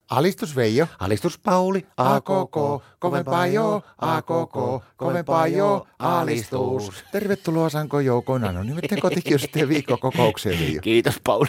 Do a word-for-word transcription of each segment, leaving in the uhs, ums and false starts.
Alistus Veijo. Alistus Pauli, A K K, kovempaa jo, A K K, kovempaa jo, alistus. Tervetuloa Sanko joukoina, no nimittäin kotikiusattiin viikkokokoukseen Veijo. Kiitos Pauli.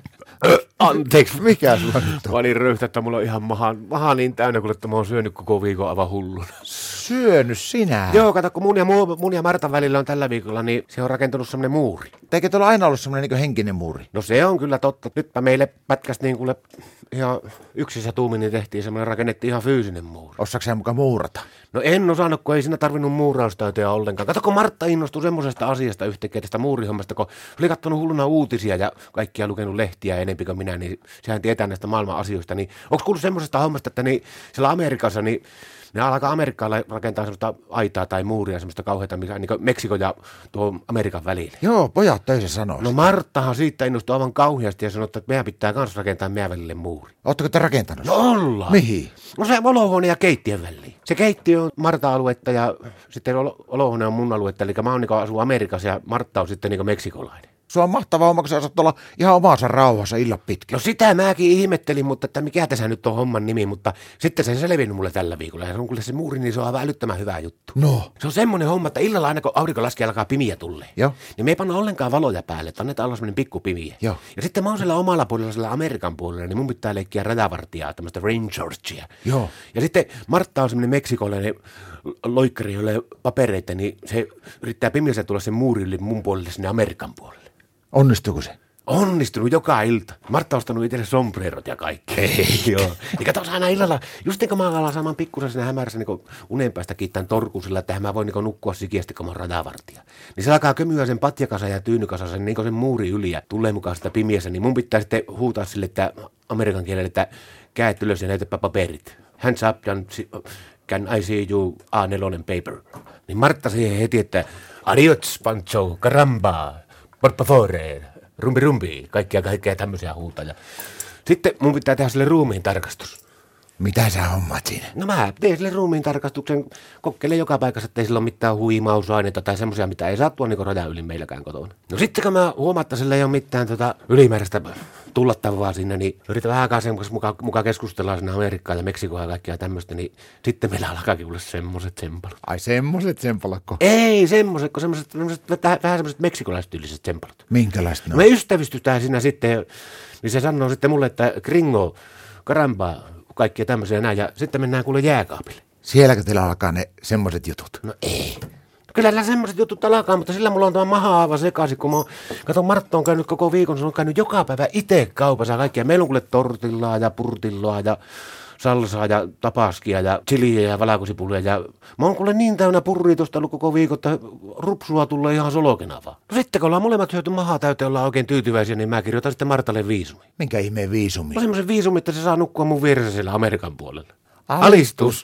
Anteeksi. Mikä sulla nyt on? Mä olin röyhtä, että mulla on ihan maha, maha niin täynnä, kun että mä oon syönyt koko viikon aivan hulluna. Syönyt sinä? Joo, kato, kun mun ja, mun ja Martan välillä on tällä viikolla, niin se on rakentunut semmonen muuri. Eikö tuolla aina ollut semmoinen niin henkinen muuri? No se on kyllä totta. Nytpä meille pätkäs niin kuule ihan yksissä tuumin niin tehtiin semmoinen, rakennettiin ihan fyysinen muuri. Osaatko sä mukaan muurata? No en osannut, kun ei siinä tarvinnut muuraustaitoja ollenkaan. Kato, kun Martta innostui semmoisesta asiasta yhtäkkiä tästä muurihommasta, kun oli katsonut hulluna uutisia ja kaikkia lukenut lehtiä enempi kuin minä, niin sehän tietää näistä maailman asioista. Niin, onko kuullut semmoisesta hommasta, että niin, siellä Amerikassa, niin ne alkaa Amerikkaan rakentaa semmoista aitaa tai muuria, semmoista kauheata, mikä niin kuin Meksikon ja tuo Amerikan välillä. Joo, pojat töissä sanoo. No Marttahan siitä innostui aivan kauheasti ja sanoi, että meidän pitää kanssa rakentaa meidän välille muuri. Ootteko te rakentanut? No ollaan. Mihin? No se olohuone ja keittiön väliin. Se keittiö on Marta-aluetta ja sitten olohuone on mun aluetta, eli mä oon niin asun Amerikassa ja Martta on sitten niin meksikolainen. Se on mahtava homma, kun sä osaat olla ihan omassa rauhassa illan pitkin. No sitä mäkin ihmettelin, mutta että mikä tässä nyt on homman nimi, mutta sitten se selvinnyt mulle tällä viikolla. Ja se on kyllä se muuri, niin se on aivan älyttömän hyvä juttu. No. Se on semmoinen homma, että illalla aina kun aurinko laskee alkaa pimiä tulee. Joo. Niin me ei panna ollenkaan valoja päälle, että annetaan olla semmoinen pikku pimiä. Joo. Ja sitten mä oon siellä omalla puolella, siellä Amerikan puolella, niin mun pitää leikkiä rajavartijaa, tämmöistä rangeria. Joo. Ja sitten Martta on semmoinen meksikolainen loikkari, jolle papereita, niin se yrittää pimiässä tulla sen muurin yli mun puolelle sinne Amerikan puolelle. Onnistuuko se? Onnistunut joka ilta. Martta on ostanut itselle sombrerot ja kaikki. Ei, joo. Ja katos aina illalla, just niin kuin mä alan saamaan pikkusen siinä hämärässä niin unen päästä kiittämään torkusilla, että mä voin niin nukkua sikiästi, kun mä oon rajavartija. Niin se alkaa kömyä sen patjakasa ja tyynykasa sen, niin sen muuri yli ja tulee mukaan sitä pimiässä, niin mun pitää sitten huutaa sille, että amerikan kielellä, että käet ylös ja näytäpä paperit. Hands up and can I see you A neljä paper. Niin Martta siihen heti, että adios Pancho, caramba, por favore. Rumpi rumpi, kaikkia kaikkea tämmöisiä huuta. Ja sitten mun pitää tehdä sille ruumiin tarkastus. Mitä sä hommat siinä? No mä teen sille ruumiin tarkastuksen, kokkeilen joka paikassa, ettei sillä ole mitään huimausaineita tai semmoisia, mitä ei saa tuoda niin rajan yli meilläkään kotona. No sitten kun mä huomaan, että sillä ei ole mitään tota ylimääräistä tullattavaa sinne, niin yritän vähän aikaa sen mukaan muka keskustellaan sinne Amerikkaan ja Meksikoon ja kaikkea tämmöistä, niin sitten meillä alkaakin kuule semmoiset sempalut. Ai semmoset sempalakko? Ei semmoiset, kun semmoiset, semmoiset vähän semmoiset meksikolaistyylliset sempalut. Minkälaiset ne on? Me ystävystytään siinä sitten, niin se sanoo sitten mulle, että gringo, karamba, kaikkia tämmöisiä näin, ja sitten mennään kuule jääkaapille. Sielläkö teillä alkaa ne semmoset jutut? No ei. Kyllä nämä semmoiset jutut alkaa, mutta sillä mulla on tämä maha aivan sekaisin, kun mä katon, Martta on käynyt koko viikon, se on käynyt joka päivä itse kaupassa kaikkia. Meillä on kuule tortillaa ja purtilloa ja salsaa ja tapaskia ja chiliä ja valakosipulia ja mä oon kuule niin täynnä purritusta ollut koko viikon, että rupsua tulee ihan solokena vaan. No sitten kun ollaan molemmat hyöty mahaa täyteen, ollaan oikein tyytyväisiä, niin mä kirjoitan sitten Martalle viisumi. Minkä ihmeen viisumi? No semmoisen viisumi, että se saa nukkua mun vieressä siellä Amerikan puolella. Alistus.